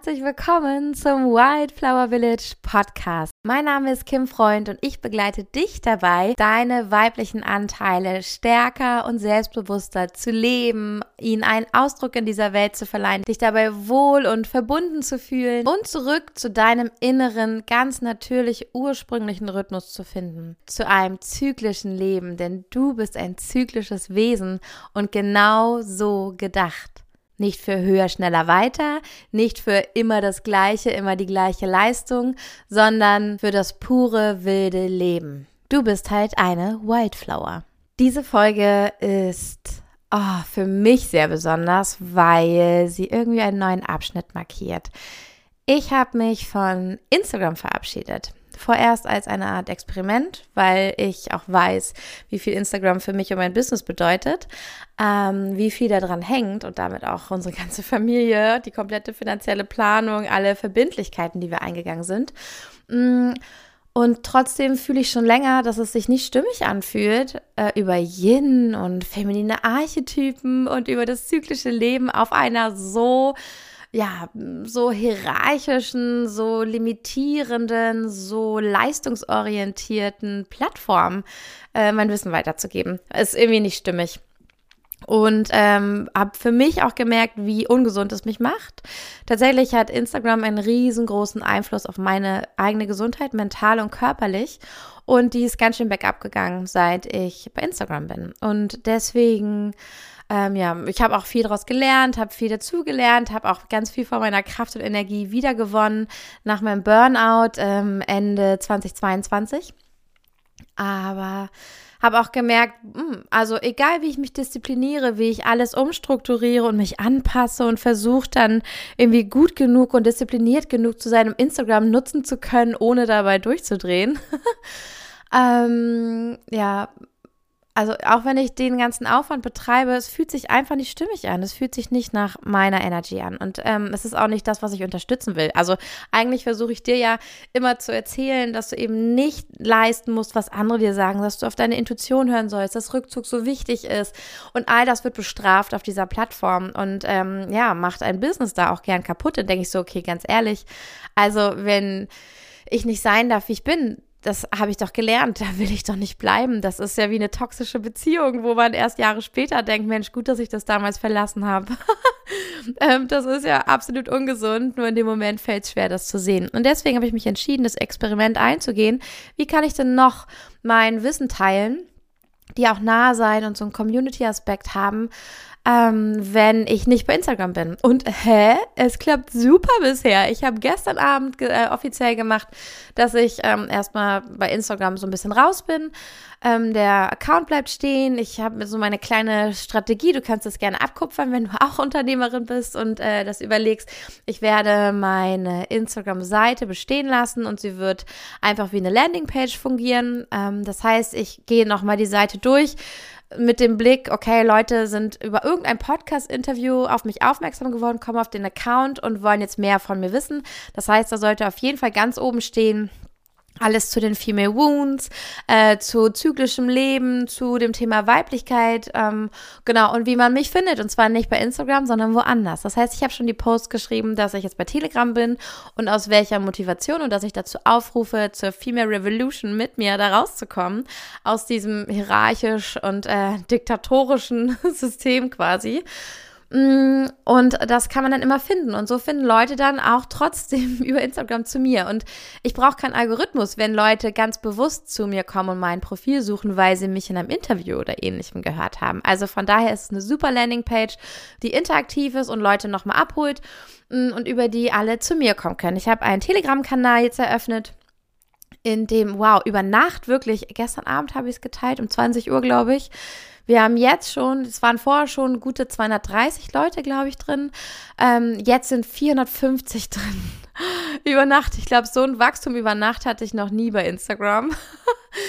herzlich willkommen zum Wildflower Village Podcast. Mein Name ist Kim Freund und ich begleite dich dabei, deine weiblichen Anteile stärker und selbstbewusster zu leben, ihnen einen Ausdruck in dieser Welt zu verleihen, dich dabei wohl und verbunden zu fühlen und zurück zu deinem inneren, ganz natürlich ursprünglichen Rhythmus zu finden. Zu einem zyklischen Leben, denn du bist ein zyklisches Wesen und genau so gedacht. Nicht für höher, schneller, weiter, nicht für immer das Gleiche, immer die gleiche Leistung, sondern für das pure, wilde Leben. Du bist halt eine Wildflower. Diese Folge ist für mich sehr besonders, weil sie irgendwie einen neuen Abschnitt markiert. Ich habe mich von Instagram verabschiedet. Vorerst als eine Art Experiment, weil ich auch weiß, wie viel Instagram für mich und mein Business bedeutet, wie viel da dran hängt und damit auch unsere ganze Familie, die komplette finanzielle Planung, alle Verbindlichkeiten, die wir eingegangen sind. Und trotzdem fühle ich schon länger, dass es sich nicht stimmig anfühlt, über Yin und feminine Archetypen und über das zyklische Leben auf einer so hierarchischen, so limitierenden, so leistungsorientierten Plattform mein Wissen weiterzugeben. Ist irgendwie nicht stimmig. Und habe für mich auch gemerkt, wie ungesund es mich macht. Tatsächlich hat Instagram einen riesengroßen Einfluss auf meine eigene Gesundheit, mental und körperlich. Und die ist ganz schön bergab gegangen, seit ich bei Instagram bin. Und deswegen ich habe auch viel daraus gelernt, habe viel dazugelernt, habe auch ganz viel von meiner Kraft und Energie wiedergewonnen nach meinem Burnout Ende 2022. Aber habe auch gemerkt, also egal wie ich mich diszipliniere, wie ich alles umstrukturiere und mich anpasse und versuche dann irgendwie gut genug und diszipliniert genug zu sein, um Instagram nutzen zu können, ohne dabei durchzudrehen. Also auch wenn ich den ganzen Aufwand betreibe, es fühlt sich einfach nicht stimmig an. Es fühlt sich nicht nach meiner Energy an. Und es ist auch nicht das, was ich unterstützen will. Also eigentlich versuche ich dir ja immer zu erzählen, dass du eben nicht leisten musst, was andere dir sagen, dass du auf deine Intuition hören sollst, dass Rückzug so wichtig ist. Und all das wird bestraft auf dieser Plattform und macht ein Business da auch gern kaputt. Dann denke ich so, okay, ganz ehrlich, also wenn ich nicht sein darf, wie ich bin, das habe ich doch gelernt, da will ich doch nicht bleiben. Das ist ja wie eine toxische Beziehung, wo man erst Jahre später denkt, Mensch, gut, dass ich das damals verlassen habe. Das ist ja absolut ungesund, nur in dem Moment fällt es schwer, das zu sehen. Und deswegen habe ich mich entschieden, das Experiment einzugehen. Wie kann ich denn noch mein Wissen teilen, die auch nah sein und so einen Community-Aspekt haben, wenn ich nicht bei Instagram bin. Und es klappt super bisher. Ich habe gestern Abend offiziell gemacht, dass ich erstmal bei Instagram so ein bisschen raus bin. Der Account bleibt stehen. Ich habe so meine kleine Strategie. Du kannst das gerne abkupfern, wenn du auch Unternehmerin bist und das überlegst. Ich werde meine Instagram-Seite bestehen lassen und sie wird einfach wie eine Landingpage fungieren. Das heißt, ich gehe nochmal die Seite durch, mit dem Blick, okay, Leute sind über irgendein Podcast-Interview auf mich aufmerksam geworden, kommen auf den Account und wollen jetzt mehr von mir wissen. Das heißt, da sollte auf jeden Fall ganz oben stehen, alles zu den Female Wounds, zu zyklischem Leben, zu dem Thema Weiblichkeit, genau, und wie man mich findet. Und zwar nicht bei Instagram, sondern woanders. Das heißt, ich habe schon die Post geschrieben, dass ich jetzt bei Telegram bin und aus welcher Motivation und dass ich dazu aufrufe, zur Female Revolution mit mir da rauszukommen, aus diesem hierarchisch und diktatorischen System quasi. Und das kann man dann immer finden. Und so finden Leute dann auch trotzdem über Instagram zu mir. Und ich brauche keinen Algorithmus, wenn Leute ganz bewusst zu mir kommen und mein Profil suchen, weil sie mich in einem Interview oder Ähnlichem gehört haben. Also von daher ist es eine super Landingpage, die interaktiv ist und Leute nochmal abholt und über die alle zu mir kommen können. Ich habe einen Telegram-Kanal jetzt eröffnet, in dem, über Nacht wirklich, gestern Abend habe ich es geteilt, um 20 Uhr, glaube ich. Wir haben jetzt schon, es waren vorher schon gute 230 Leute, glaube ich, drin. Jetzt sind 450 drin. Über Nacht. Ich glaube, so ein Wachstum über Nacht hatte ich noch nie bei Instagram.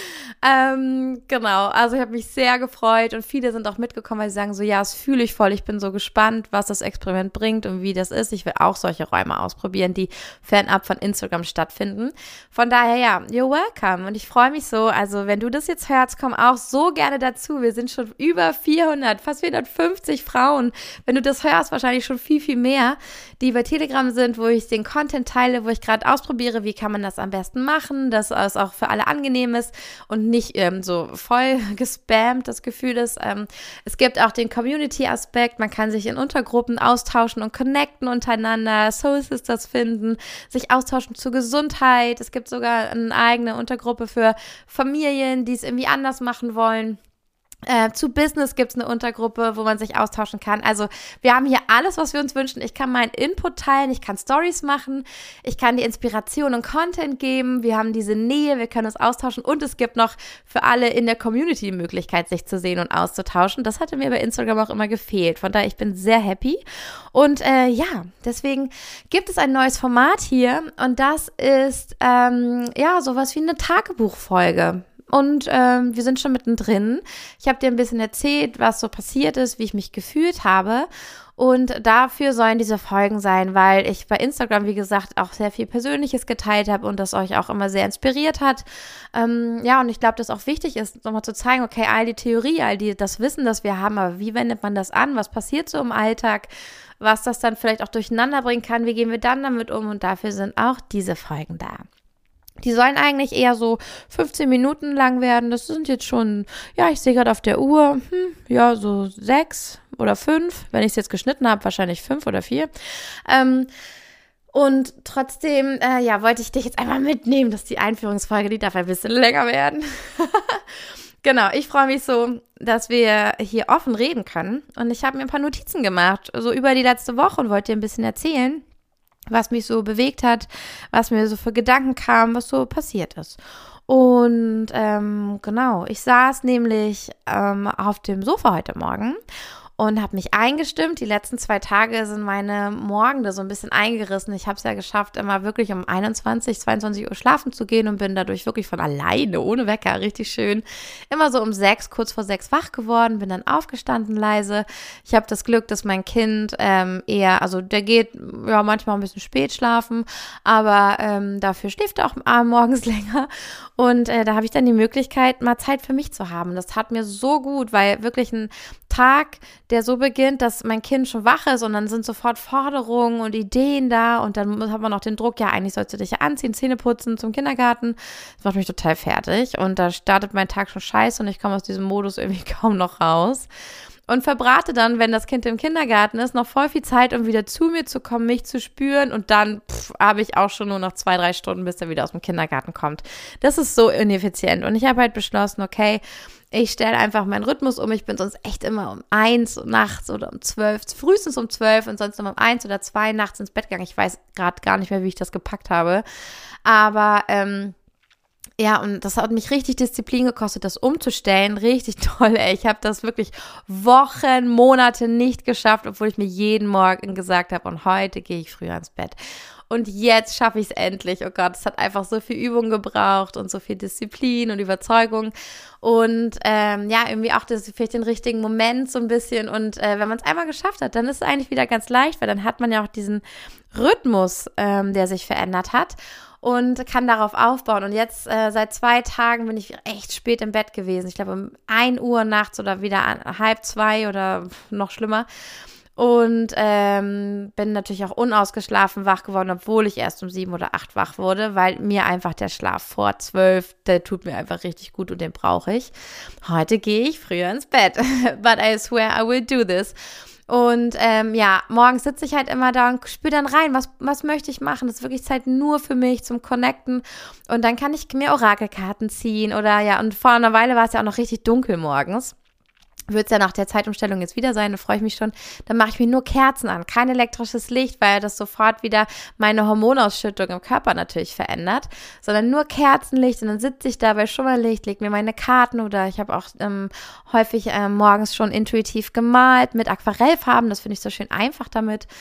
Genau, also ich habe mich sehr gefreut und viele sind auch mitgekommen, weil sie sagen so, ja, das fühle ich voll, ich bin so gespannt, was das Experiment bringt und wie das ist. Ich will auch solche Räume ausprobieren, die fernab von Instagram stattfinden. Von daher, ja, you're welcome und ich freue mich so, also wenn du das jetzt hörst, komm auch so gerne dazu. Wir sind schon über 400, fast 450 Frauen. Wenn du das hörst, wahrscheinlich schon viel, viel mehr, die bei Telegram sind, wo ich den Content teile, wo ich gerade ausprobiere, wie kann man das am besten machen, dass es auch für alle angenehm ist und nicht so voll gespammt, das Gefühl ist. Es gibt auch den Community-Aspekt, man kann sich in Untergruppen austauschen und connecten untereinander, Soul Sisters finden, sich austauschen zur Gesundheit. Es gibt sogar eine eigene Untergruppe für Familien, die es irgendwie anders machen wollen. Zu Business gibt es eine Untergruppe, wo man sich austauschen kann. Also wir haben hier alles, was wir uns wünschen. Ich kann meinen Input teilen, ich kann Stories machen, ich kann die Inspiration und Content geben. Wir haben diese Nähe, wir können uns austauschen und es gibt noch für alle in der Community die Möglichkeit, sich zu sehen und auszutauschen. Das hatte mir bei Instagram auch immer gefehlt. Von daher, ich bin sehr happy. Und ja, deswegen gibt es ein neues Format hier und das ist sowas wie eine Tagebuchfolge. Und wir sind schon mittendrin. Ich habe dir ein bisschen erzählt, was so passiert ist, wie ich mich gefühlt habe. Und dafür sollen diese Folgen sein, weil ich bei Instagram, wie gesagt, auch sehr viel Persönliches geteilt habe und das euch auch immer sehr inspiriert hat. Und ich glaube, dass auch wichtig ist, nochmal zu zeigen, okay, all die Theorie, das Wissen, das wir haben, aber wie wendet man das an? Was passiert so im Alltag? Was das dann vielleicht auch durcheinander bringen kann? Wie gehen wir dann damit um? Und dafür sind auch diese Folgen da. Die sollen eigentlich eher so 15 Minuten lang werden. Das sind jetzt schon, ja, ich sehe gerade auf der Uhr, so 6 oder 5. Wenn ich es jetzt geschnitten habe, wahrscheinlich 5 oder 4. Und trotzdem, wollte ich dich jetzt einmal mitnehmen, dass die Einführungsfolge, die darf ein bisschen länger werden. Genau, ich freue mich so, dass wir hier offen reden können. Und ich habe mir ein paar Notizen gemacht, so über die letzte Woche und wollte dir ein bisschen erzählen, was mich so bewegt hat, was mir so für Gedanken kam, was so passiert ist. Und ich saß nämlich auf dem Sofa heute Morgen und habe mich eingestimmt. Die letzten 2 Tage sind meine Morgende so ein bisschen eingerissen. Ich habe es ja geschafft, immer wirklich um 21, 22 Uhr schlafen zu gehen und bin dadurch wirklich von alleine, ohne Wecker, richtig schön, immer so um 6, kurz vor 6 wach geworden, bin dann aufgestanden leise. Ich habe das Glück, dass mein Kind der geht ja manchmal ein bisschen spät schlafen, aber dafür schläft er auch morgens länger. Und da habe ich dann die Möglichkeit, mal Zeit für mich zu haben. Das tat mir so gut, weil wirklich ein Tag, der so beginnt, dass mein Kind schon wach ist und dann sind sofort Forderungen und Ideen da und dann hat man noch den Druck, ja, eigentlich sollst du dich ja anziehen, Zähne putzen zum Kindergarten. Das macht mich total fertig und da startet mein Tag schon scheiße und ich komme aus diesem Modus irgendwie kaum noch raus. Und verbrate dann, wenn das Kind im Kindergarten ist, noch voll viel Zeit, um wieder zu mir zu kommen, mich zu spüren und dann habe ich auch schon nur noch 2, 3 Stunden, bis er wieder aus dem Kindergarten kommt. Das ist so ineffizient und ich habe halt beschlossen, okay, ich stelle einfach meinen Rhythmus um. Ich bin sonst echt immer um 1 nachts oder um 12, frühestens um 12 und sonst immer um 1 oder 2 nachts ins Bett gegangen. Ich weiß gerade gar nicht mehr, wie ich das gepackt habe. Aber und das hat mich richtig Disziplin gekostet, das umzustellen. Richtig toll, ey. Ich habe das wirklich Wochen, Monate nicht geschafft, obwohl ich mir jeden Morgen gesagt habe, und heute gehe ich früher ins Bett. Und jetzt schaffe ich es endlich. Oh Gott, es hat einfach so viel Übung gebraucht und so viel Disziplin und Überzeugung. Und irgendwie auch vielleicht den richtigen Moment so ein bisschen. Und wenn man es einmal geschafft hat, dann ist es eigentlich wieder ganz leicht, weil dann hat man ja auch diesen Rhythmus, der sich verändert hat. Und kann darauf aufbauen. Und jetzt seit 2 Tagen bin ich echt spät im Bett gewesen. Ich glaube um 1 Uhr nachts oder wieder 1:30 oder noch schlimmer. Und bin natürlich auch unausgeschlafen wach geworden, obwohl ich erst um 7 oder 8 wach wurde, weil mir einfach der Schlaf vor 12, der tut mir einfach richtig gut und den brauche ich. Heute gehe ich früher ins Bett. But I swear I will do this. Und morgens sitze ich halt immer da und spüre dann rein, was möchte ich machen. Das ist wirklich Zeit nur für mich zum Connecten. Und dann kann ich mir Orakelkarten ziehen und vor einer Weile war es ja auch noch richtig dunkel morgens. Wird es ja nach der Zeitumstellung jetzt wieder sein, da freue ich mich schon. Dann mache ich mir nur Kerzen an, kein elektrisches Licht, weil das sofort wieder meine Hormonausschüttung im Körper natürlich verändert, sondern nur Kerzenlicht und dann sitze ich da bei Schummerlicht, lege mir meine Karten oder ich habe auch häufig morgens schon intuitiv gemalt mit Aquarellfarben, das finde ich so schön einfach damit.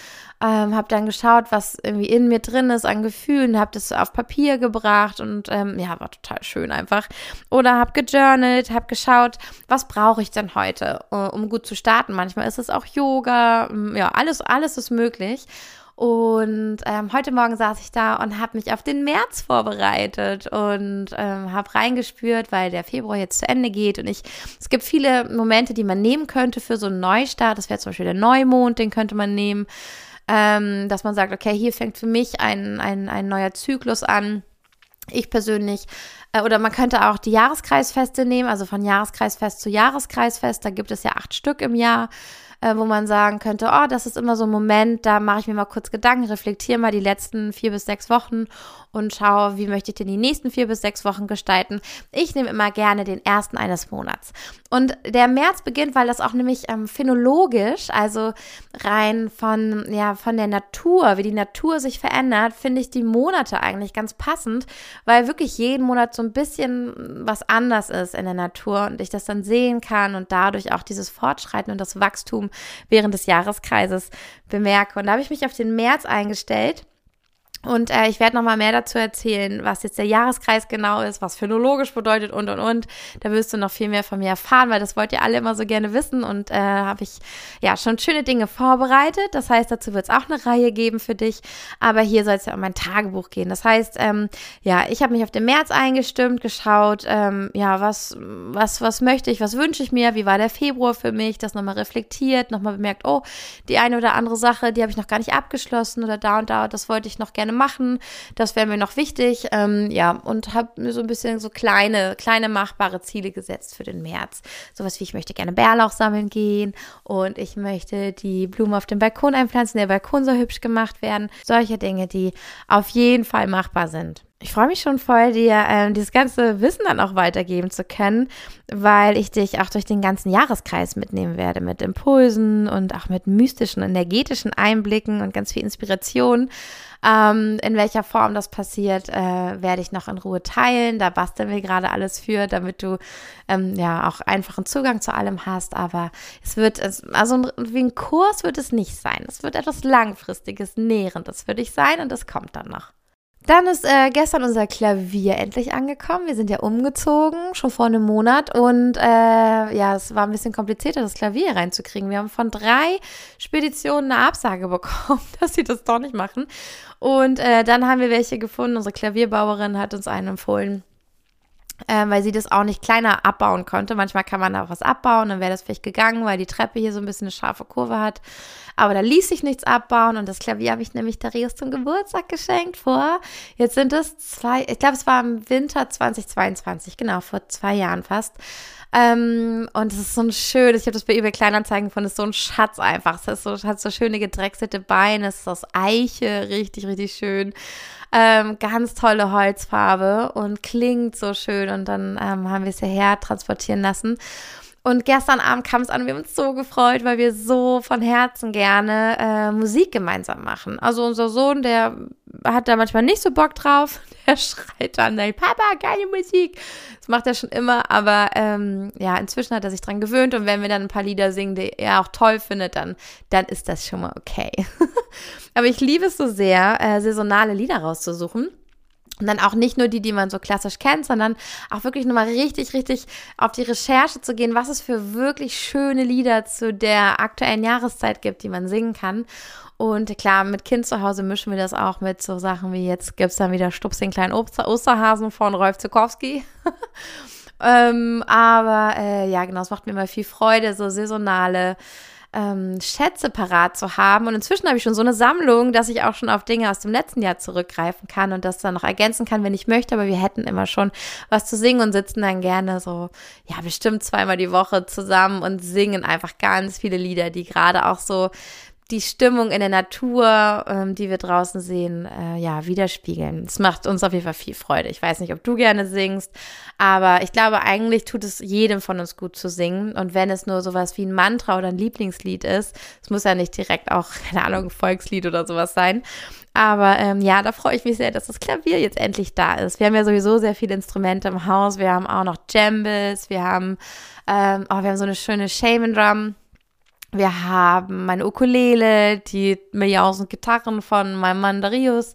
habe dann geschaut, was irgendwie in mir drin ist an Gefühlen, habe das auf Papier gebracht und war total schön einfach. Oder habe gejournalt, habe geschaut, was brauche ich denn heute, um gut zu starten. Manchmal ist es auch Yoga, alles ist möglich. Und heute Morgen saß ich da und habe mich auf den März vorbereitet und habe reingespürt, weil der Februar jetzt zu Ende geht und es gibt viele Momente, die man nehmen könnte für so einen Neustart. Das wäre zum Beispiel der Neumond, den könnte man nehmen, dass man sagt, okay, hier fängt für mich ein neuer Zyklus an. Ich persönlich, oder man könnte auch die Jahreskreisfeste nehmen, also von Jahreskreisfest zu Jahreskreisfest, da gibt es ja 8 Stück im Jahr, wo man sagen könnte, oh, das ist immer so ein Moment, da mache ich mir mal kurz Gedanken, reflektiere mal die letzten 4 bis 6 Wochen und schaue, wie möchte ich denn die nächsten 4 bis 6 Wochen gestalten. Ich nehme immer gerne den ersten eines Monats. Und der März beginnt, weil das auch nämlich phänologisch, also rein von der Natur, wie die Natur sich verändert, finde ich die Monate eigentlich ganz passend, weil wirklich jeden Monat so ein bisschen was anders ist in der Natur und ich das dann sehen kann und dadurch auch dieses Fortschreiten und das Wachstum während des Jahreskreises bemerke. Und da habe ich mich auf den März eingestellt. Und ich werde nochmal mehr dazu erzählen, was jetzt der Jahreskreis genau ist, was phänologisch bedeutet und. Da wirst du noch viel mehr von mir erfahren, weil das wollt ihr alle immer so gerne wissen. Und habe ich schon schöne Dinge vorbereitet. Das heißt, dazu wird es auch eine Reihe geben für dich. Aber hier soll es ja um mein Tagebuch gehen. Das heißt, ich habe mich auf den März eingestimmt, geschaut, was möchte ich, was wünsche ich mir, wie war der Februar für mich, das nochmal reflektiert, nochmal bemerkt, oh, die eine oder andere Sache, die habe ich noch gar nicht abgeschlossen oder da und da, das wollte ich noch gerne machen, das wäre mir noch wichtig, und habe mir so ein bisschen so kleine machbare Ziele gesetzt für den März. Sowas wie, ich möchte gerne Bärlauch sammeln gehen und ich möchte die Blumen auf dem Balkon einpflanzen, der Balkon soll hübsch gemacht werden. Solche Dinge, die auf jeden Fall machbar sind. Ich freue mich schon voll, dir dieses ganze Wissen dann auch weitergeben zu können, weil ich dich auch durch den ganzen Jahreskreis mitnehmen werde, mit Impulsen und auch mit mystischen, energetischen Einblicken und ganz viel Inspiration. In welcher Form das passiert, werde ich noch in Ruhe teilen. Da basteln wir gerade alles für, damit du auch einfachen Zugang zu allem hast. Aber wie ein Kurs wird es nicht sein. Es wird etwas Langfristiges, Nährendes für dich sein und das kommt dann noch. Dann ist gestern unser Klavier endlich angekommen. Wir sind ja umgezogen, schon vor einem Monat. Und es war ein bisschen komplizierter, das Klavier reinzukriegen. Wir haben von 3 Speditionen eine Absage bekommen, dass sie das doch nicht machen. Und dann haben wir welche gefunden. Unsere Klavierbauerin hat uns einen empfohlen, weil sie das auch nicht kleiner abbauen konnte. Manchmal kann man da auch was abbauen, dann wäre das vielleicht gegangen, weil die Treppe hier so ein bisschen eine scharfe Kurve hat. Aber da ließ sich nichts abbauen und das Klavier habe ich nämlich Darius zum Geburtstag geschenkt jetzt sind es 2, ich glaube, es war im Winter 2022, genau, vor 2 Jahren fast. Und es ist so ein schönes, ich habe das bei eBay Kleinanzeigen gefunden, es ist so ein Schatz einfach. Es hat so schöne gedrechselte Beine, es ist aus Eiche, richtig, richtig schön. Ganz tolle Holzfarbe und klingt so schön und dann haben wir es hierher transportieren lassen. Und gestern Abend kam es an und wir haben uns so gefreut, weil wir so von Herzen gerne Musik gemeinsam machen. Also unser Sohn, der hat da manchmal nicht so Bock drauf. Der schreit dann, Papa, keine Musik. Das macht er schon immer, aber inzwischen hat er sich dran gewöhnt und wenn wir dann ein paar Lieder singen, die er auch toll findet, dann ist das schon mal okay. Aber ich liebe es so sehr, saisonale Lieder rauszusuchen. Und dann auch nicht nur die man so klassisch kennt, sondern auch wirklich nochmal richtig, richtig auf die Recherche zu gehen, was es für wirklich schöne Lieder zu der aktuellen Jahreszeit gibt, die man singen kann. Und klar, mit Kind zu Hause mischen wir das auch mit so Sachen wie jetzt gibt es dann wieder Stups den kleinen Osterhasen von Rolf Zukowski. Genau, es macht mir immer viel Freude, so saisonale Schätze parat zu haben. Und inzwischen habe ich schon so eine Sammlung, dass ich auch schon auf Dinge aus dem letzten Jahr zurückgreifen kann und das dann noch ergänzen kann, wenn ich möchte. Aber wir hätten immer schon was zu singen und sitzen dann gerne so, bestimmt 2-mal die Woche zusammen und singen einfach ganz viele Lieder, die gerade auch so die Stimmung in der Natur, die wir draußen sehen, widerspiegeln. Es macht uns auf jeden Fall viel Freude. Ich weiß nicht, ob du gerne singst, aber ich glaube, eigentlich tut es jedem von uns gut zu singen. Und wenn es nur sowas wie ein Mantra oder ein Lieblingslied ist, es muss ja nicht direkt auch, keine Ahnung, ein Volkslied oder sowas sein. Aber da freue ich mich sehr, dass das Klavier jetzt endlich da ist. Wir haben ja sowieso sehr viele Instrumente im Haus. Wir haben auch noch Djembes, wir haben so eine schöne Shaman Drum. Wir haben meine Ukulele, die Milliarden Gitarren von meinem Mann Darius.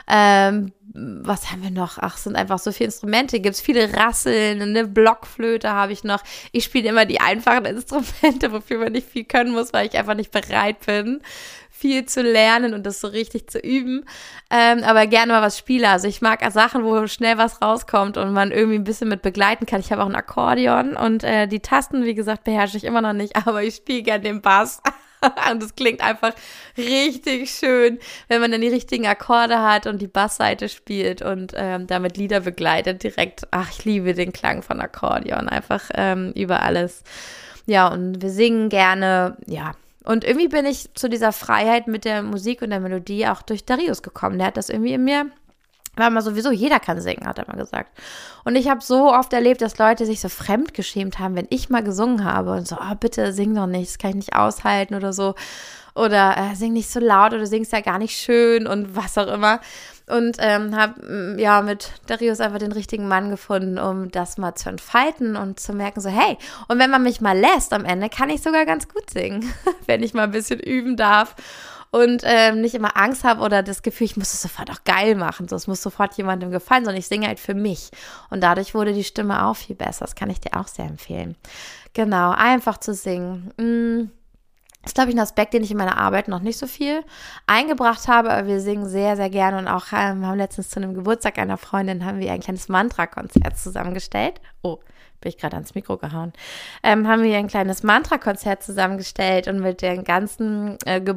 Was haben wir noch? Ach, es sind einfach so viele Instrumente. Gibt es viele Rasseln, eine Blockflöte habe ich noch. Ich spiele immer die einfachen Instrumente, wofür man nicht viel können muss, weil ich einfach nicht bereit bin, viel zu lernen und das so richtig zu üben. Aber gerne mal was spiele. Also ich mag Sachen, wo schnell was rauskommt und man irgendwie ein bisschen mit begleiten kann. Ich habe auch ein Akkordeon und die Tasten, wie gesagt, beherrsche ich immer noch nicht, aber ich spiele gerne den Bass. Und es klingt einfach richtig schön, wenn man dann die richtigen Akkorde hat und die Bassseite spielt und damit Lieder begleitet direkt. Ach, ich liebe den Klang von Akkordeon, einfach über alles. Ja, und wir singen gerne, ja. Und irgendwie bin ich zu dieser Freiheit mit der Musik und der Melodie auch durch Darius gekommen. Der hat das irgendwie in mir, war mal sowieso, jeder kann singen, hat er mal gesagt. Und ich habe so oft erlebt, dass Leute sich so fremdgeschämt haben, wenn ich mal gesungen habe und so, oh, bitte sing doch nicht, das kann ich nicht aushalten oder so. Oder sing nicht so laut oder singst ja gar nicht schön und was auch immer. Und habe ja mit Darius einfach den richtigen Mann gefunden, um das mal zu entfalten und zu merken, so hey, und wenn man mich mal lässt am Ende, kann ich sogar ganz gut singen, wenn ich mal ein bisschen üben darf. Und nicht immer Angst habe oder das Gefühl, ich muss es sofort auch geil machen. So, es muss sofort jemandem gefallen, sondern ich singe halt für mich. Und dadurch wurde die Stimme auch viel besser. Das kann ich dir auch sehr empfehlen. Genau, einfach zu singen. Das ist, glaube ich, ein Aspekt, den ich in meiner Arbeit noch nicht so viel eingebracht habe, aber wir singen sehr, sehr gerne und auch haben letztens zu einem Geburtstag einer Freundin haben wir ein kleines Mantra-Konzert zusammengestellt. Oh, bin ich gerade ans Mikro gehauen. Haben wir ein kleines Mantra-Konzert zusammengestellt und mit den ganzen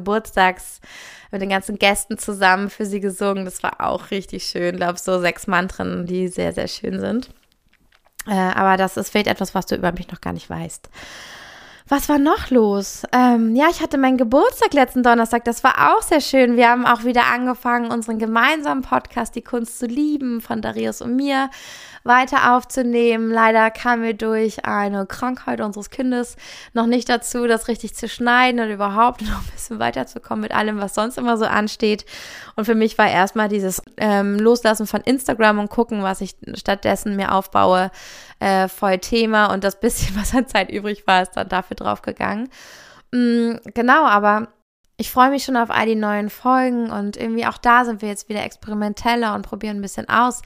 mit den ganzen Gästen zusammen für sie gesungen. Das war auch richtig schön. Ich glaube, so 6 Mantren, die sehr, sehr schön sind. Aber das ist vielleicht etwas, was du über mich noch gar nicht weißt. Was war noch los? Ja, ich hatte meinen Geburtstag letzten Donnerstag, das war auch sehr schön. Wir haben auch wieder angefangen, unseren gemeinsamen Podcast, Die Kunst zu lieben, von Darius und mir, weiter aufzunehmen. Leider kamen wir durch eine Krankheit unseres Kindes noch nicht dazu, das richtig zu schneiden und überhaupt noch ein bisschen weiterzukommen mit allem, was sonst immer so ansteht. Und für mich war erstmal dieses Loslassen von Instagram und gucken, was ich stattdessen mir aufbaue, voll Thema. Und das bisschen, was an Zeit übrig war, ist dann dafür draufgegangen. Genau, aber ich freue mich schon auf all die neuen Folgen und irgendwie auch da sind wir jetzt wieder experimenteller und probieren ein bisschen aus,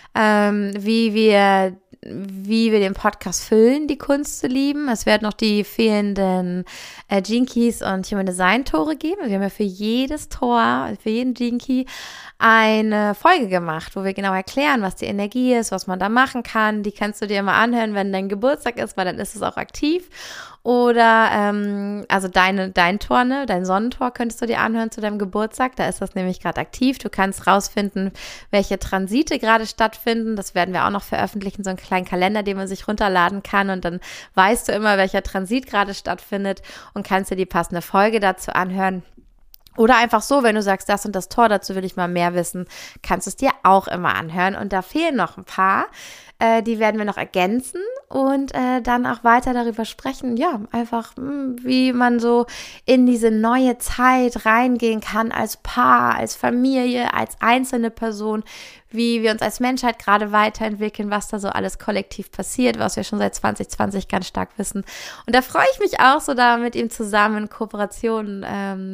wie wir den Podcast füllen, die Kunst zu lieben. Es wird noch die fehlenden Gene Keys und Human Design Tore geben. Wir haben ja für jedes Tor, für jeden Gene Key eine Folge gemacht, wo wir genau erklären, was die Energie ist, was man da machen kann. Die kannst du dir immer anhören, wenn dein Geburtstag ist, weil dann ist es auch aktiv. Oder, also dein Tor, ne, dein Sonnentor könntest du dir anhören zu deinem Geburtstag. Da ist das nämlich gerade aktiv. Du kannst rausfinden, welche Transite gerade stattfinden. Das werden wir auch noch veröffentlichen, so einen kleinen Kalender, den man sich runterladen kann. Und dann weißt du immer, welcher Transit gerade stattfindet und kannst dir die passende Folge dazu anhören. Oder einfach so, wenn du sagst, das und das Tor, dazu will ich mal mehr wissen, kannst du es dir auch immer anhören. Und da fehlen noch ein paar, die werden wir noch ergänzen und dann auch weiter darüber sprechen, ja, einfach wie man so in diese neue Zeit reingehen kann als Paar, als Familie, als einzelne Person, wie wir uns als Menschheit gerade weiterentwickeln, was da so alles kollektiv passiert, was wir schon seit 2020 ganz stark wissen. Und da freue ich mich auch so, da mit ihm zusammen in Kooperation,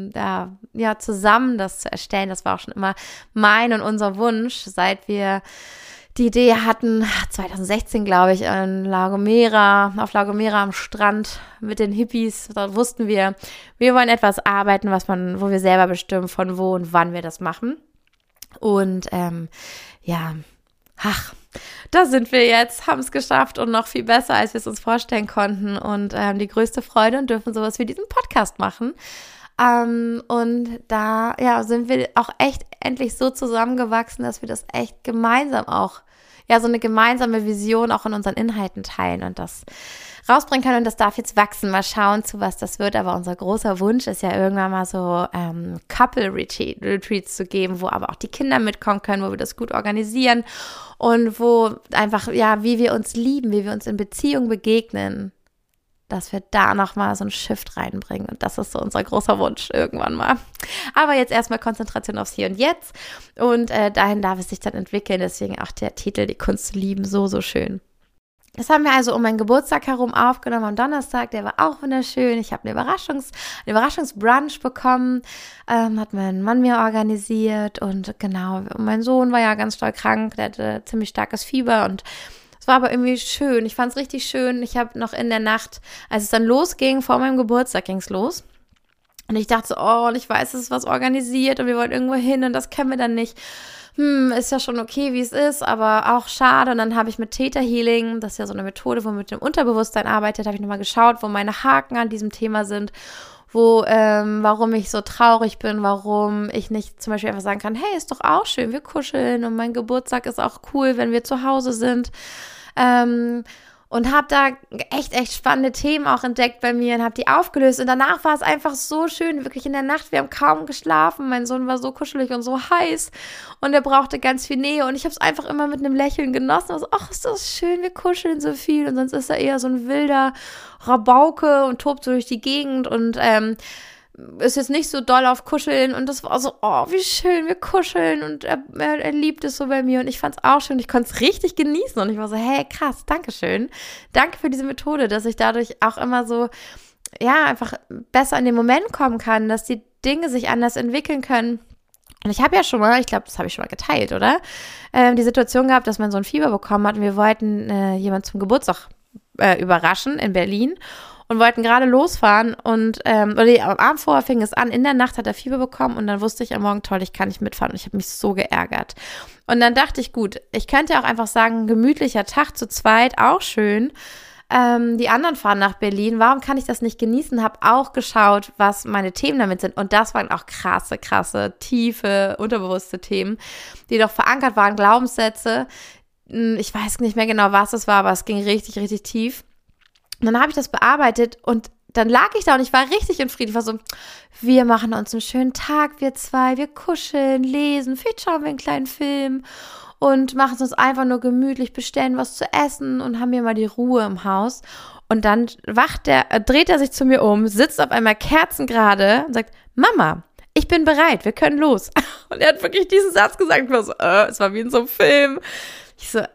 zusammen das zu erstellen. Das war auch schon immer mein und unser Wunsch, seit wir die Idee hatten, 2016, glaube ich, auf La Gomera am Strand mit den Hippies. Da wussten wir wollen etwas arbeiten, wo wir selber bestimmen, von wo und wann wir das machen. Und da sind wir jetzt, haben es geschafft und noch viel besser, als wir es uns vorstellen konnten und die größte Freude und dürfen sowas wie diesen Podcast machen. Und da sind wir auch echt endlich so zusammengewachsen, dass wir das echt gemeinsam auch, so eine gemeinsame Vision auch in unseren Inhalten teilen und das rausbringen können. Und das darf jetzt wachsen. Mal schauen, zu was das wird. Aber unser großer Wunsch ist ja irgendwann mal so Couple-Retreats zu geben, wo aber auch die Kinder mitkommen können, wo wir das gut organisieren und wo einfach, wie wir uns lieben, wie wir uns in Beziehung begegnen, dass wir da nochmal so einen Shift reinbringen. Und das ist so unser großer Wunsch irgendwann mal. Aber jetzt erstmal Konzentration aufs Hier und Jetzt. Und dahin darf es sich dann entwickeln. Deswegen auch der Titel, Die Kunst zu lieben, so, so schön. Das haben wir also um meinen Geburtstag herum aufgenommen am Donnerstag, der war auch wunderschön. Ich habe einen Überraschungsbrunch bekommen, hat mein Mann mir organisiert und genau, mein Sohn war ja ganz doll krank, der hatte ziemlich starkes Fieber und es war aber irgendwie schön. Ich fand es richtig schön. Ich habe noch in der Nacht, als es dann losging, vor meinem Geburtstag ging es los. Und ich dachte so, oh, und ich weiß, es ist was organisiert und wir wollen irgendwo hin und das können wir dann nicht. Ist ja schon okay, wie es ist, aber auch schade. Und dann habe ich mit Theta Healing, das ist ja so eine Methode, wo man mit dem Unterbewusstsein arbeitet, habe ich nochmal geschaut, wo meine Haken an diesem Thema sind, warum ich so traurig bin, warum ich nicht zum Beispiel einfach sagen kann, hey, ist doch auch schön, wir kuscheln und mein Geburtstag ist auch cool, wenn wir zu Hause sind. Und habe da echt spannende Themen auch entdeckt bei mir und habe die aufgelöst. Und danach war es einfach so schön, wirklich in der Nacht. Wir haben kaum geschlafen. Mein Sohn war so kuschelig und so heiß und er brauchte ganz viel Nähe. Und ich habe es einfach immer mit einem Lächeln genossen. Also, ach, ist das schön, wir kuscheln so viel. Und sonst ist er eher so ein wilder Rabauke und tobt so durch die Gegend und ist jetzt nicht so doll auf Kuscheln und das war so, oh, wie schön, wir kuscheln und er liebt es so bei mir und ich fand es auch schön, ich konnte es richtig genießen und ich war so, hey, krass, Dankeschön, danke für diese Methode, dass ich dadurch auch immer so, ja, einfach besser in den Moment kommen kann, dass die Dinge sich anders entwickeln können. Und ich habe ja schon mal, ich glaube, das habe ich schon mal geteilt, oder? Die Situation gehabt, dass mein Sohn Fieber bekommen hat und wir wollten jemanden zum Geburtstag überraschen in Berlin und wollten gerade losfahren und am Abend vorher fing es an, in der Nacht hat er Fieber bekommen und dann wusste ich am Morgen, toll, ich kann nicht mitfahren und ich habe mich so geärgert. Und dann dachte ich, gut, ich könnte auch einfach sagen, gemütlicher Tag zu zweit, auch schön. Die anderen fahren nach Berlin, warum kann ich das nicht genießen? Habe auch geschaut, was meine Themen damit sind und das waren auch krasse, tiefe, unterbewusste Themen, die doch verankert waren, Glaubenssätze. Ich weiß nicht mehr genau, was es war, aber es ging richtig tief. Und dann habe ich das bearbeitet und dann lag ich da und ich war richtig in Frieden. Ich war so, wir machen uns einen schönen Tag, wir zwei, wir kuscheln, lesen, vielleicht schauen wir einen kleinen Film und machen es uns einfach nur gemütlich, bestellen was zu essen und haben hier mal die Ruhe im Haus. Und dann dreht er sich zu mir um, sitzt auf einmal kerzengerade und sagt, Mama, ich bin bereit, wir können los. Und er hat wirklich diesen Satz gesagt. Ich war so, es war wie in so einem Film. Ich so,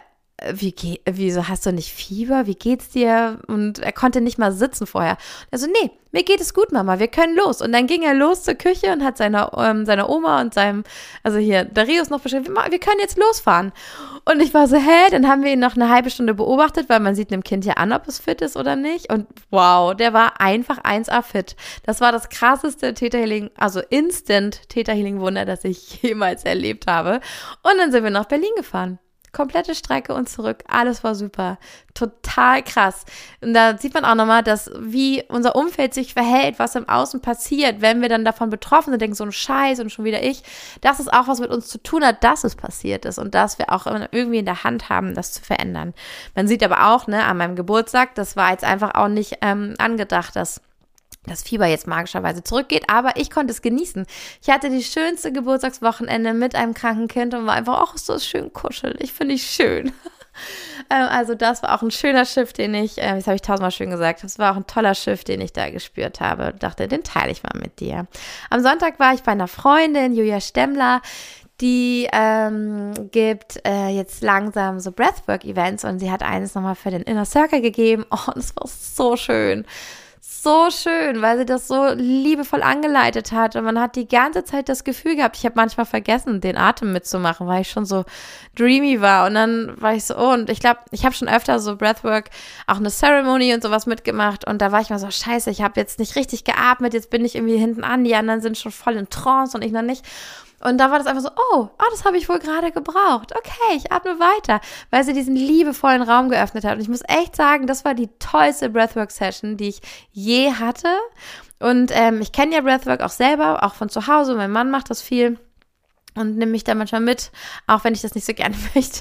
wieso hast du nicht Fieber? Wie geht's dir? Und er konnte nicht mal sitzen vorher. Und er so, nee, mir geht es gut, Mama, wir können los. Und dann ging er los zur Küche und hat seiner Oma und Darius noch beschrieben, wir können jetzt losfahren. Und ich war so, dann haben wir ihn noch eine halbe Stunde beobachtet, weil man sieht einem Kind ja an, ob es fit ist oder nicht. Und wow, der war einfach 1A fit. Das war das krasseste Theta Healing, also Instant Theta Healing Wunder, das ich jemals erlebt habe. Und dann sind wir nach Berlin gefahren. Komplette Strecke und zurück, alles war super, total krass. Und da sieht man auch nochmal, dass wie unser Umfeld sich verhält, was im Außen passiert, wenn wir dann davon betroffen sind, denken so ein Scheiß und schon wieder ich, dass es auch was mit uns zu tun hat, dass es passiert ist und dass wir auch irgendwie in der Hand haben, das zu verändern. Man sieht aber auch, an meinem Geburtstag, das war jetzt einfach auch nicht angedacht, dass das Fieber jetzt magischerweise zurückgeht, aber ich konnte es genießen. Ich hatte die schönste Geburtstagswochenende mit einem kranken Kind und war einfach, ach, ist das schön kuschelig, finde ich schön. Also das war auch ein schöner Shift, das habe ich tausendmal schön gesagt, das war auch ein toller Shift, den ich da gespürt habe. Dachte, den teile ich mal mit dir. Am Sonntag war ich bei einer Freundin, Julia Stemmler, die gibt jetzt langsam so Breathwork-Events und sie hat eines nochmal für den Inner Circle gegeben. Oh, und es war so schön. So schön, weil sie das so liebevoll angeleitet hat und man hat die ganze Zeit das Gefühl gehabt, ich habe manchmal vergessen, den Atem mitzumachen, weil ich schon so dreamy war und dann war ich so, und ich glaube, ich habe schon öfter so Breathwork, auch eine Ceremony und sowas mitgemacht und da war ich mal so, scheiße, ich habe jetzt nicht richtig geatmet, jetzt bin ich irgendwie hinten an, die anderen sind schon voll in Trance und ich noch nicht. Und da war das einfach so, das habe ich wohl gerade gebraucht. Okay, ich atme weiter, weil sie diesen liebevollen Raum geöffnet hat. Und ich muss echt sagen, das war die tollste Breathwork-Session, die ich je hatte. Und ich kenne ja Breathwork auch selber, auch von zu Hause. Mein Mann macht das viel und nimmt mich da manchmal mit, auch wenn ich das nicht so gerne möchte,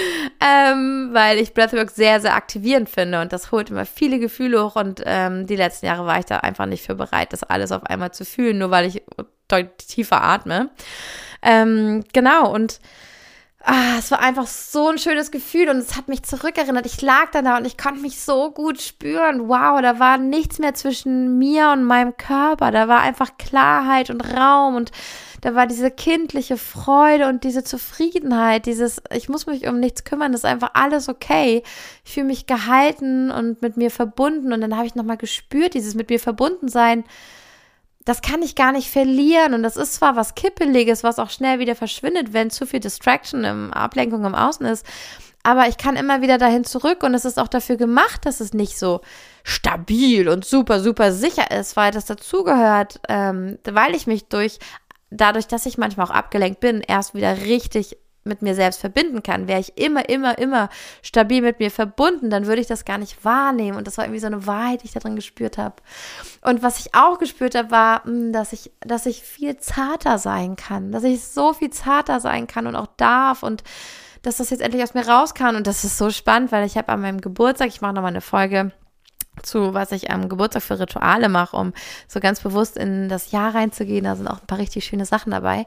weil ich Breathwork sehr, sehr aktivierend finde und das holt immer viele Gefühle hoch und die letzten Jahre war ich da einfach nicht für bereit, das alles auf einmal zu fühlen, nur weil ich deutlich tiefer atme. Genau, und Es war einfach so ein schönes Gefühl und es hat mich zurückerinnert. Ich lag dann da und ich konnte mich so gut spüren. Wow, da war nichts mehr zwischen mir und meinem Körper. Da war einfach Klarheit und Raum und da war diese kindliche Freude und diese Zufriedenheit, ich muss mich um nichts kümmern, das ist einfach alles okay. Ich fühle mich gehalten und mit mir verbunden und dann habe ich nochmal gespürt, dieses mit mir verbunden sein, das kann ich gar nicht verlieren und das ist zwar was Kippeliges, was auch schnell wieder verschwindet, wenn zu viel Distraction, Ablenkung im Außen ist, aber ich kann immer wieder dahin zurück und es ist auch dafür gemacht, dass es nicht so stabil und super, super sicher ist, weil das dazugehört, weil ich mich dadurch, dass ich manchmal auch abgelenkt bin, erst wieder richtig mit mir selbst verbinden kann. Wäre ich immer stabil mit mir verbunden, dann würde ich das gar nicht wahrnehmen. Und das war irgendwie so eine Wahrheit, die ich da drin gespürt habe. Und was ich auch gespürt habe, war, dass ich viel zarter sein kann. Dass ich so viel zarter sein kann und auch darf und dass das jetzt endlich aus mir raus kann. Und das ist so spannend, weil ich habe an meinem Geburtstag, ich mache nochmal eine Folge zu, was ich am Geburtstag für Rituale mache, um so ganz bewusst in das Jahr reinzugehen. Da sind auch ein paar richtig schöne Sachen dabei.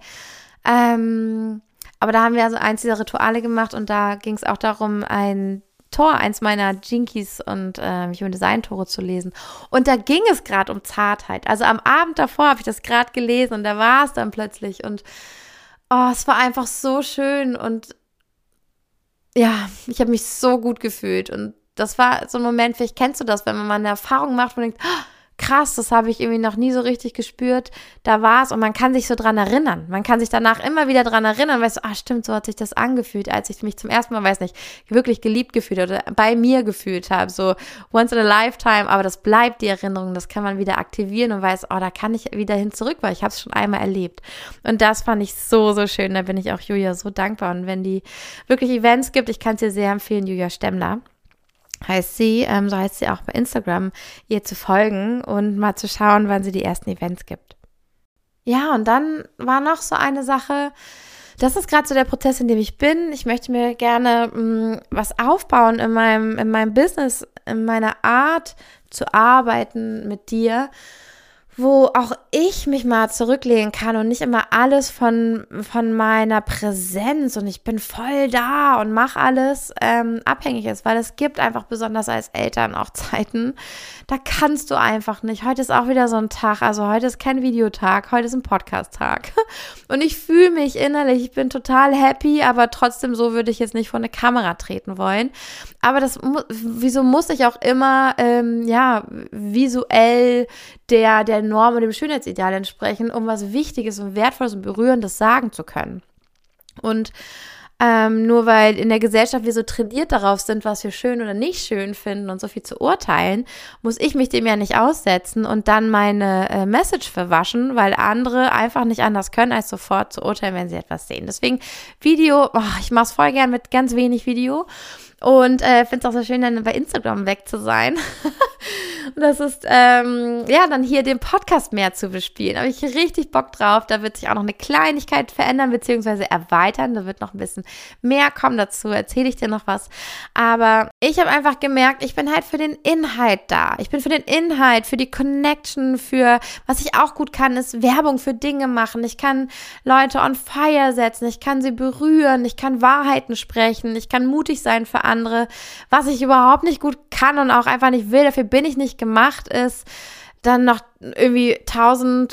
Aber da haben wir also eins dieser Rituale gemacht und da ging es auch darum, eins meiner Jinkies und Human Design Tore zu lesen. Und da ging es gerade um Zartheit. Also am Abend davor habe ich das gerade gelesen und da war es dann plötzlich und es war einfach so schön und ja, ich habe mich so gut gefühlt und das war so ein Moment, vielleicht kennst du das, wenn man mal eine Erfahrung macht und denkt, krass, das habe ich irgendwie noch nie so richtig gespürt, da war es und man kann sich so dran erinnern. Man kann sich danach immer wieder dran erinnern, weißt du, stimmt, so hat sich das angefühlt, als ich mich zum ersten Mal, weiß nicht, wirklich geliebt gefühlt oder bei mir gefühlt habe, so once in a lifetime, aber das bleibt die Erinnerung, das kann man wieder aktivieren und weiß, da kann ich wieder hin zurück, weil ich habe es schon einmal erlebt. Und das fand ich so, so schön, da bin ich auch Julia so dankbar und wenn die wirklich Events gibt, ich kann es dir sehr empfehlen, Julia Stemmler, heißt sie, so heißt sie auch bei Instagram, ihr zu folgen und mal zu schauen, wann sie die ersten Events gibt. Ja, und dann war noch so eine Sache, das ist gerade so der Prozess, in dem ich bin. Ich möchte mir gerne was aufbauen in meinem Business, in meiner Art zu arbeiten mit dir, wo auch ich mich mal zurücklehnen kann und nicht immer alles von meiner Präsenz und ich bin voll da und mache alles abhängig ist, weil es gibt einfach besonders als Eltern auch Zeiten, da kannst du einfach nicht. Heute ist auch wieder so ein Tag, also heute ist kein Videotag, heute ist ein Podcast-Tag und ich fühle mich innerlich, ich bin total happy, aber trotzdem so würde ich jetzt nicht vor eine Kamera treten wollen, aber wieso muss ich auch immer visuell der Norm und dem Schönheitsideal entsprechen, um was Wichtiges und Wertvolles und Berührendes sagen zu können. Und nur weil in der Gesellschaft wir so trainiert darauf sind, was wir schön oder nicht schön finden und so viel zu urteilen, muss ich mich dem ja nicht aussetzen und dann meine Message verwaschen, weil andere einfach nicht anders können, als sofort zu urteilen, wenn sie etwas sehen. Deswegen Video, ich mache es voll gern mit ganz wenig Video und finde es auch so schön, dann bei Instagram weg zu sein. Und das ist, dann hier den Podcast mehr zu bespielen. Da habe ich richtig Bock drauf. Da wird sich auch noch eine Kleinigkeit verändern bzw. erweitern. Da wird noch ein bisschen mehr kommen dazu. Erzähle ich dir noch was. Aber ich habe einfach gemerkt, ich bin halt für den Inhalt da. Ich bin für den Inhalt, für die Connection, für, was ich auch gut kann, ist Werbung für Dinge machen. Ich kann Leute on fire setzen. Ich kann sie berühren. Ich kann Wahrheiten sprechen. Ich kann mutig sein für andere. Was ich überhaupt nicht gut kann und auch einfach nicht will, dafür bin ich nicht gemacht, ist dann noch irgendwie 1000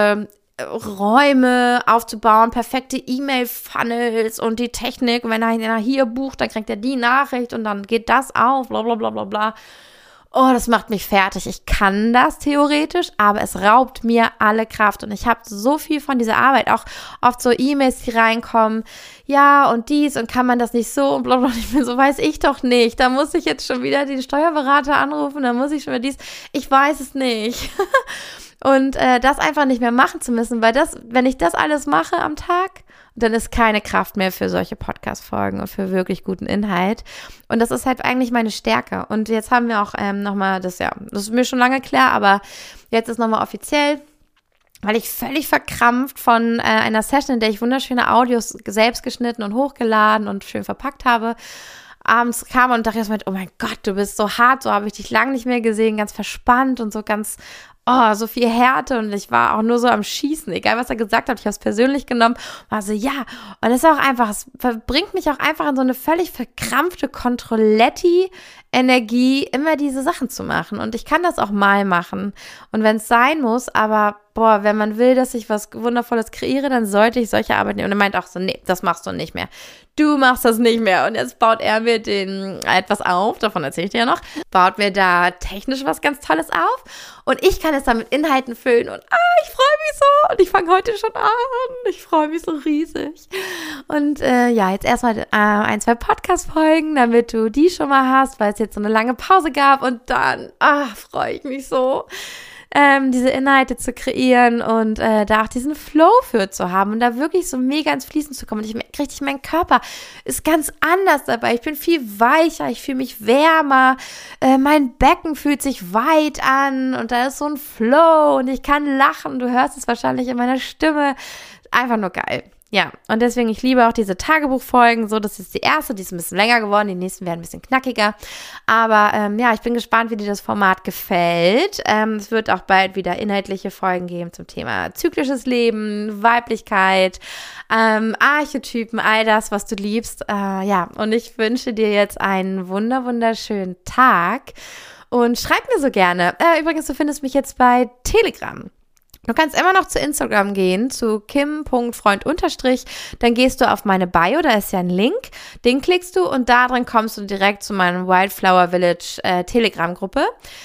Räume aufzubauen, perfekte E-Mail-Funnels und die Technik. Und wenn einer hier bucht, dann kriegt er die Nachricht und dann geht das auf, bla bla bla bla bla. Oh, das macht mich fertig. Ich kann das theoretisch, aber es raubt mir alle Kraft. Und ich habe so viel von dieser Arbeit, auch oft so E-Mails, die reinkommen. Ja, und dies, und kann man das nicht so und blablabla. Ich bin so, weiß ich doch nicht. Da muss ich jetzt schon wieder den Steuerberater anrufen, da muss ich schon wieder dies. Ich weiß es nicht. Und das einfach nicht mehr machen zu müssen, weil wenn ich das alles mache am Tag, dann ist keine Kraft mehr für solche Podcast-Folgen und für wirklich guten Inhalt. Und das ist halt eigentlich meine Stärke. Und jetzt haben wir auch nochmal, das ist mir schon lange klar, aber jetzt ist nochmal offiziell, weil ich völlig verkrampft von einer Session, in der ich wunderschöne Audios selbst geschnitten und hochgeladen und schön verpackt habe, abends kam und dachte ich so, oh mein Gott, du bist so hart, so habe ich dich lange nicht mehr gesehen, ganz verspannt und so ganz so viel Härte und ich war auch nur so am Schießen, egal was er gesagt hat, ich habe es persönlich genommen, war so, ja, und es ist auch einfach, es bringt mich auch einfach in so eine völlig verkrampfte Controletti-Energie, immer diese Sachen zu machen und ich kann das auch mal machen und wenn es sein muss, aber wenn man will, dass ich was Wundervolles kreiere, dann sollte ich solche Arbeit nehmen. Und er meint auch so, nee, das machst du nicht mehr. Du machst das nicht mehr. Und jetzt baut er mir etwas auf, davon erzähle ich dir ja noch, baut mir da technisch was ganz Tolles auf. Und ich kann es dann mit Inhalten füllen. Und ich freue mich so. Und ich fange heute schon an. Ich freue mich so riesig. Und jetzt erstmal 1, 2 Podcast-Folgen, damit du die schon mal hast, weil es jetzt so eine lange Pause gab. Und dann, freue ich mich so. Diese Inhalte zu kreieren und da auch diesen Flow für zu haben und da wirklich so mega ins Fließen zu kommen. Und ich merke richtig, mein Körper ist ganz anders dabei. Ich bin viel weicher, ich fühle mich wärmer, mein Becken fühlt sich weit an und da ist so ein Flow und ich kann lachen. Du hörst es wahrscheinlich in meiner Stimme. Einfach nur geil. Ja, und deswegen, ich liebe auch diese Tagebuchfolgen, so, das ist die erste, die ist ein bisschen länger geworden, die nächsten werden ein bisschen knackiger, aber ich bin gespannt, wie dir das Format gefällt. Es wird auch bald wieder inhaltliche Folgen geben zum Thema zyklisches Leben, Weiblichkeit, Archetypen, all das, was du liebst, und ich wünsche dir jetzt einen wunderschönen Tag und schreib mir so gerne. Übrigens, du findest mich jetzt bei Telegram. Du kannst immer noch zu Instagram gehen, zu kim.freund_, dann gehst du auf meine Bio, da ist ja ein Link, den klickst du und da drin kommst du direkt zu meiner Wildflower Village Telegram-Gruppe.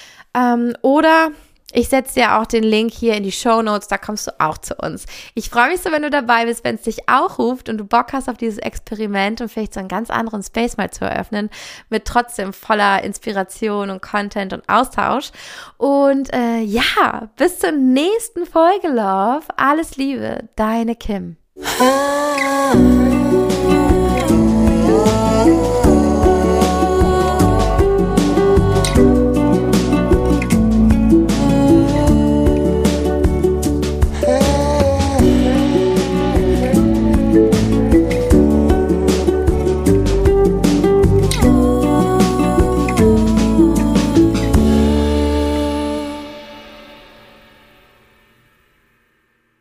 Oder ich setze dir auch den Link hier in die Shownotes, da kommst du auch zu uns. Ich freue mich so, wenn du dabei bist, wenn es dich auch ruft und du Bock hast auf dieses Experiment und vielleicht so einen ganz anderen Space mal zu eröffnen, mit trotzdem voller Inspiration und Content und Austausch. Und bis zur nächsten Folge, Love. Alles Liebe, deine Kim.